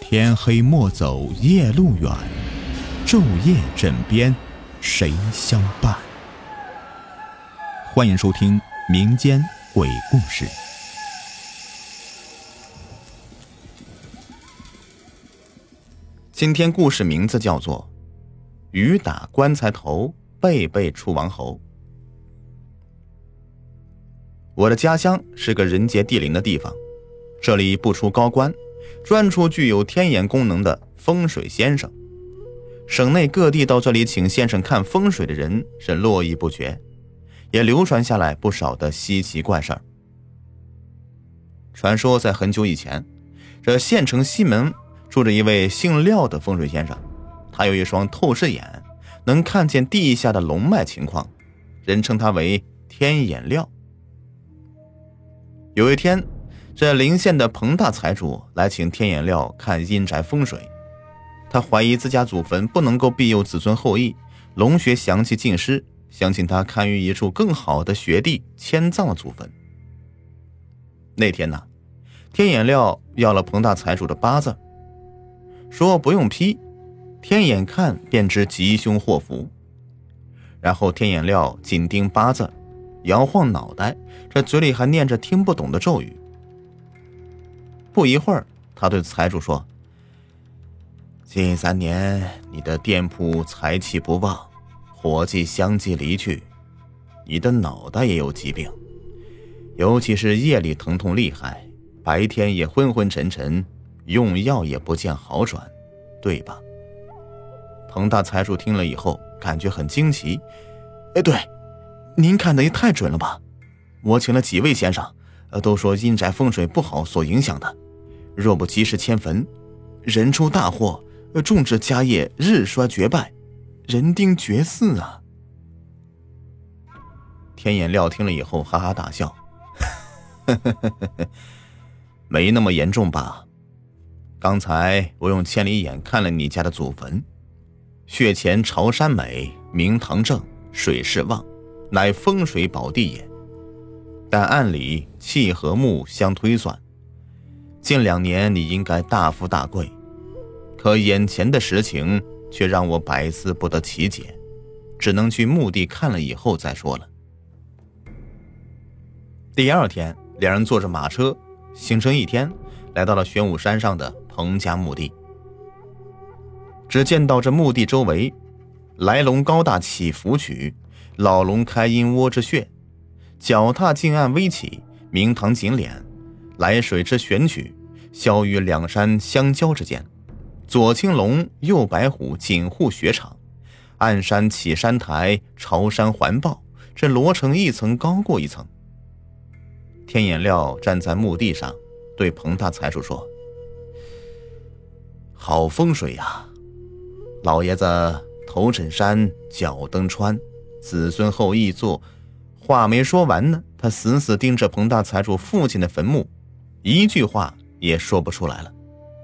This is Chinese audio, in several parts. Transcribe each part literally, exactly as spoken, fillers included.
天黑莫走夜路远，昼夜枕边谁相伴？欢迎收听民间鬼故事。 今天故事名字叫做雨打棺材头，辈辈出王侯。我的家乡是个人杰地灵的地方，这里不出高官，专出具有天眼功能的风水先生。省内各地到这里请先生看风水的人是络绎不绝，也流传下来不少的稀奇怪事儿。传说在很久以前，这县城西门住着一位姓廖的风水先生，他有一双透视眼，能看见地下的龙脉情况，人称他为天眼廖。有一天，这邻县的彭大财主来请天眼廖看阴宅风水，他怀疑自家祖坟不能够庇佑子孙后裔，龙穴祥气尽失，想请他看于一处更好的穴地迁葬了祖坟。那天呢，天眼廖要了彭大财主的八字，说不用批，天眼看便知吉凶祸福。然后天眼廖紧盯八字，摇晃脑袋，这嘴里还念着听不懂的咒语。不一会儿，他对财主说：近三年你的店铺财气不旺，伙计相继离去，你的脑袋也有疾病，尤其是夜里疼痛厉害，白天也昏昏沉沉，用药也不见好转，对吧？彭大财主听了以后感觉很惊奇，哎，对，您看得也太准了吧，我请了几位先生，都说阴宅风水不好所影响的，若不及时迁坟，人出大祸，种植家业日衰绝败，人丁绝嗣啊。天眼廖听了以后哈哈大笑，没那么严重吧？刚才我用千里眼看了你家的祖坟，穴前朝山美，明堂正，水势旺，乃风水宝地也。但按理气和木相推算，近两年你应该大富大贵，可眼前的实情却让我百思不得其解，只能去墓地看了以后再说了。第二天，两人坐着马车行程一天，来到了玄武山上的彭家墓地。只见到这墓地周围，来龙高大起伏曲，老龙开阴窝之穴，脚踏近岸微起，明堂紧敛，来水之悬曲，消于两山相交之间，左青龙右白虎紧护穴场，暗山起山台，朝山环抱，这罗成一层高过一层。天眼廖站在墓地上，对彭大财主说：好风水呀，老爷子头枕山，脚蹬川，子孙后裔做。话没说完呢，他死死盯着彭大财主父亲的坟墓，一句话也说不出来了。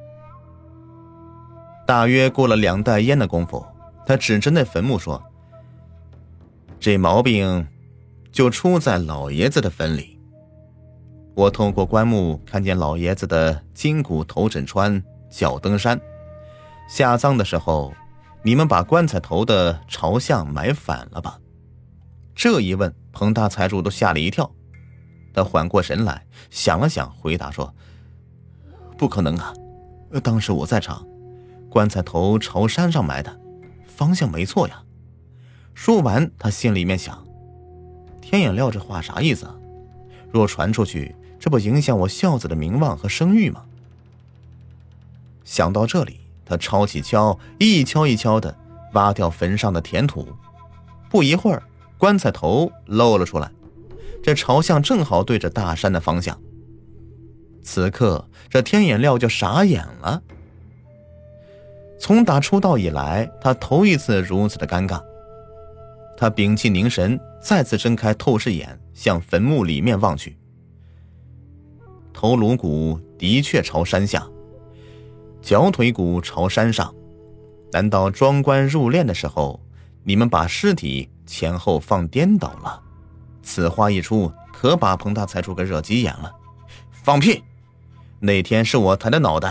大约过了两袋烟的功夫，他指着那坟墓说：这毛病就出在老爷子的坟里。我透过棺木看见老爷子的筋骨头枕川，脚蹬山，下葬的时候你们把棺材头的朝向埋反了吧？这一问，彭大财主都吓了一跳。他缓过神来，想了想，回答说：不可能啊，当时我在场，棺材头朝山上埋的，方向没错呀。说完，他心里面想：天眼廖这话啥意思啊？若传出去，这不影响我孝子的名望和声誉吗？想到这里，他抄起锹，一锹一锹的挖掉坟上的填土。不一会儿，棺材头露了出来，这朝向正好对着大山的方向。此刻，这天眼廖就傻眼了。从打出道以来，他头一次如此的尴尬。他屏气凝神，再次睁开透视眼，向坟墓里面望去。头颅骨的确朝山下，脚腿骨朝山上。难道装棺入殓的时候，你们把尸体前后放颠倒了？此话一出，可把彭大财主给惹急眼了。放屁！那天是我抬的脑袋，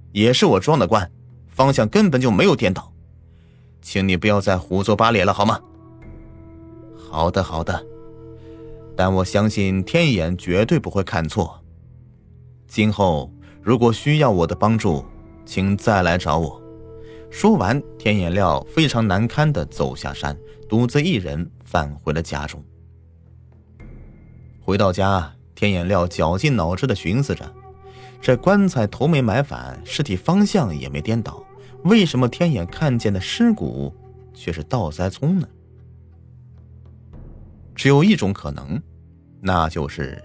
也是我装的棺，方向根本就没有颠倒，请你不要再胡诌八咧了好吗？好的好的，但我相信天眼绝对不会看错。今后如果需要我的帮助，请再来找我。说完，天眼料非常难堪地走下山，独自一人返回了家中。回到家，天眼料绞尽脑汁地寻思着，这棺材头没埋反，尸体方向也没颠倒，为什么天眼看见的尸骨却是稻栽葱呢？只有一种可能，那就是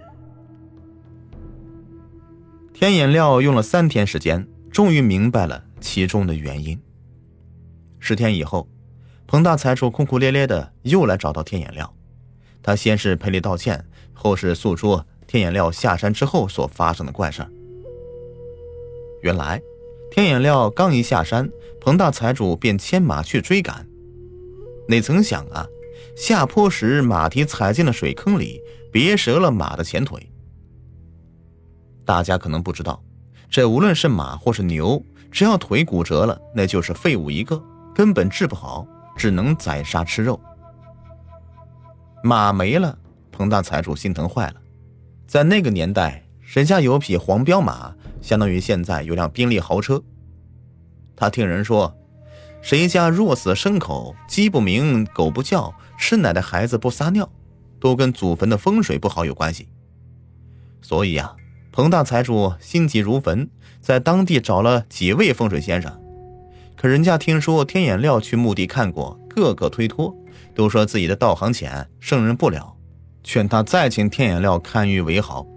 天眼料用了三天时间，终于明白了其中的原因。十天以后，彭大财主哭哭咧咧的又来找到天眼料，他先是赔礼道歉，后是诉说天眼料下山之后所发生的怪事儿。原来天眼料刚一下山，彭大财主便牵马去追赶，哪曾想啊，下坡时马蹄踩进了水坑里，别折了马的前腿。大家可能不知道，这无论是马或是牛，只要腿骨折了，那就是废物一个，根本治不好，只能宰杀吃肉。马没了，彭大财主心疼坏了。在那个年代，谁家有匹黄骠马，相当于现在有辆宾利豪车。他听人说，谁家若死牲口，鸡不鸣，狗不叫，吃奶的孩子不撒尿，都跟祖坟的风水不好有关系。所以啊，彭大财主心急如焚，在当地找了几位风水先生，可人家听说天眼料去墓地看过，个个推脱，都说自己的道行浅，胜任不了，劝他再请天眼料看玉为好。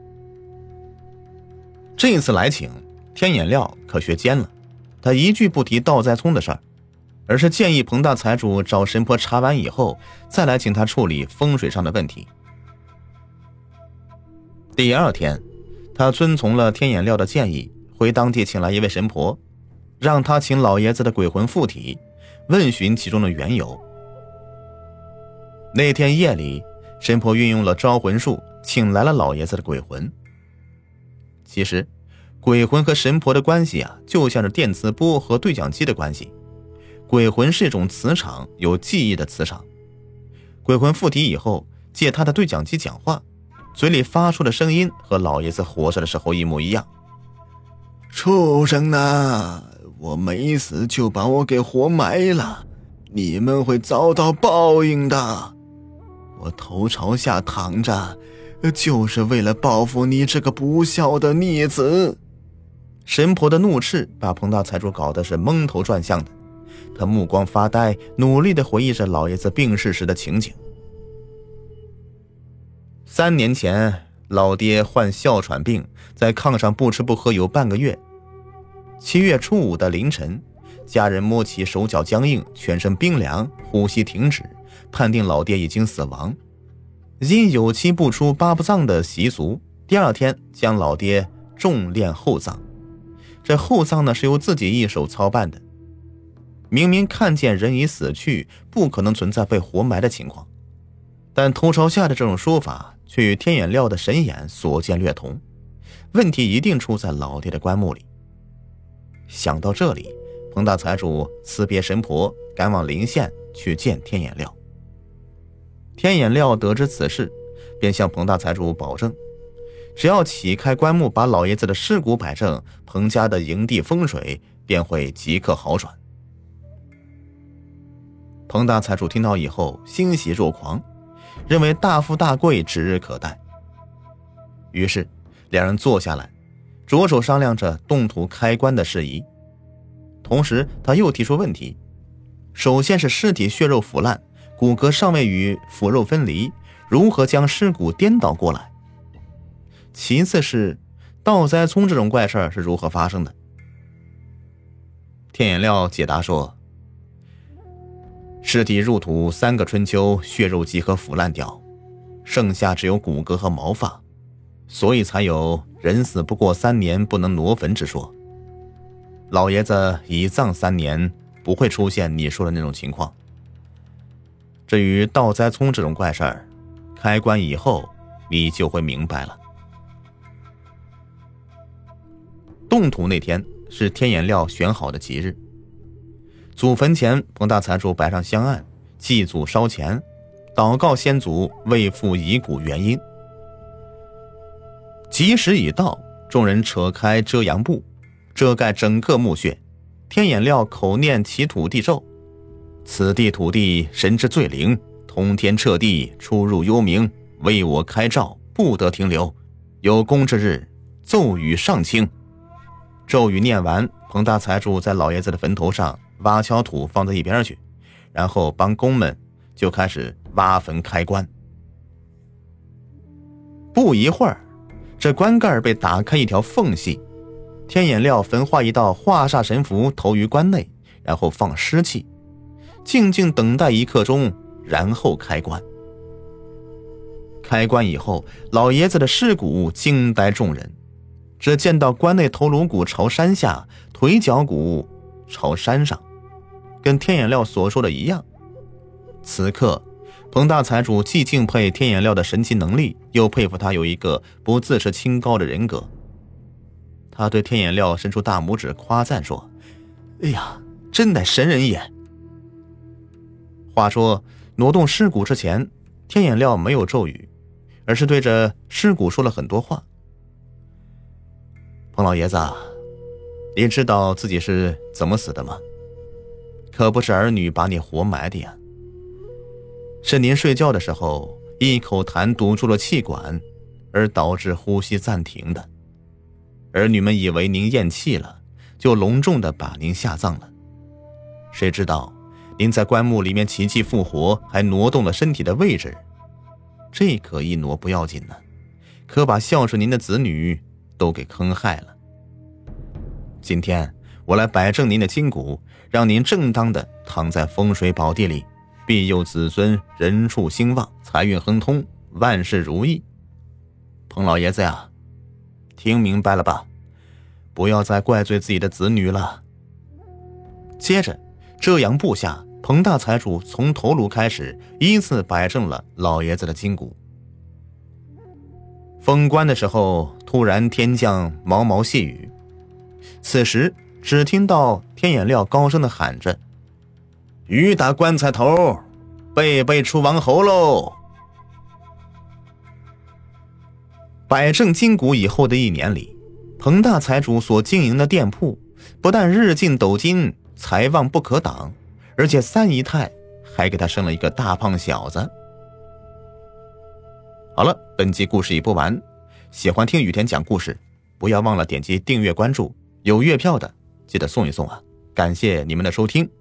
这一次来请，天眼料可学尖了，他一句不提稻栽葱的事儿，而是建议彭大财主找神婆查完以后，再来请他处理风水上的问题。第二天，他遵从了天眼料的建议，回当地请来一位神婆，让他请老爷子的鬼魂附体，问询其中的缘由。那天夜里，神婆运用了招魂术，请来了老爷子的鬼魂。其实鬼魂和神婆的关系啊，就像是电磁波和对讲机的关系。鬼魂是一种磁场，有记忆的磁场。鬼魂附体以后，借他的对讲机讲话，嘴里发出的声音和老爷子活着的时候一模一样。 畜生呐，我没死就把我给活埋了，你们会遭到报应的。我头朝下躺着，就是为了报复你这个不孝的逆子。 神婆的怒斥把彭大财主搞得是蒙头转向的，他目光发呆，努力地回忆着老爷子病逝时的情景。三年前，老爹患哮喘病，在炕上不吃不喝有半个月。七月初五的凌晨，家人摸其手脚僵硬，全身冰凉，呼吸停止，判定老爹已经死亡。因有期不出八不葬的习俗，第二天将老爹重殓厚葬。这厚葬呢，是由自己一手操办的。明明看见人已死去，不可能存在被活埋的情况，但头朝下的这种说法却与天眼料的神眼所见略同，问题一定出在老爹的棺木里。想到这里，彭大财主辞别神婆，赶往临县去见天眼料。天眼料得知此事，便向彭大财主保证，只要起开棺木，把老爷子的尸骨摆正，彭家的营地风水便会即刻好转。彭大财主听到以后欣喜若狂，认为大富大贵指日可待。于是两人坐下来，着手商量着动土开棺的事宜。同时他又提出问题，首先是尸体血肉腐烂，骨骼尚未与腐肉分离，如何将尸骨颠倒过来？其次是稻栽葱这种怪事是如何发生的？天眼料解答说，尸体入土三个春秋，血肉即可腐烂掉，剩下只有骨骼和毛发，所以才有人死不过三年不能挪坟之说。老爷子已葬三年，不会出现你说的那种情况。至于稻栽葱这种怪事儿，开棺以后你就会明白了。动土那天， 是天眼料选好的吉日。祖坟前，彭大财主摆上香案，祭祖烧钱，祷告先祖为父遗骨原因。吉时已到，众人扯开遮阳布，遮盖整个墓穴。天眼料口念其土地咒：此地土地神之最灵，通天彻地，出入幽冥，为我开照，不得停留。有功之日，奏语上清。咒语念完，彭大财主在老爷子的坟头上挖锹土放在一边去，然后帮工们就开始挖坟开棺。不一会儿，这棺盖被打开一条缝隙，天眼料焚化一道化煞神符投于棺内，然后放湿气，静静等待一刻钟，然后开棺。开棺以后，老爷子的尸骨惊呆众人，只见到棺内头颅骨朝山下，腿脚骨朝山上，跟天眼料所说的一样。此刻彭大财主既敬佩天眼料的神奇能力，又佩服他有一个不自视清高的人格。他对天眼料伸出大拇指夸赞说：哎呀，真乃神人也。话说挪动尸骨之前，天眼料没有咒语，而是对着尸骨说了很多话。彭老爷子，你知道自己是怎么死的吗？可不是儿女把你活埋的呀，是您睡觉的时候一口痰堵住了气管，而导致呼吸暂停的。儿女们以为您咽气了，就隆重地把您下葬了。谁知道您在棺木里面奇迹复活，还挪动了身体的位置，这可一挪不要紧呢，可把孝顺您的子女都给坑害了。今天我来摆正您的筋骨，让您正当的躺在风水宝地里，庇佑子孙，人畜兴旺，财运亨通，万事如意。彭老爷子呀，听明白了吧？不要再怪罪自己的子女了。接着遮阳布下，彭大财主从头颅开始依次摆正了老爷子的筋骨。封棺的时候，突然天降毛毛细雨，此时只听到天眼料高声地喊着：雨打棺材头，辈辈出王侯喽！摆正筋骨以后的一年里，彭大财主所经营的店铺不但日进斗金，财旺不可挡，而且三姨太还给他生了一个大胖小子。好了，本集故事已播完，喜欢听雨田讲故事，不要忘了点击订阅关注，有月票的记得送一送啊！感谢你们的收听。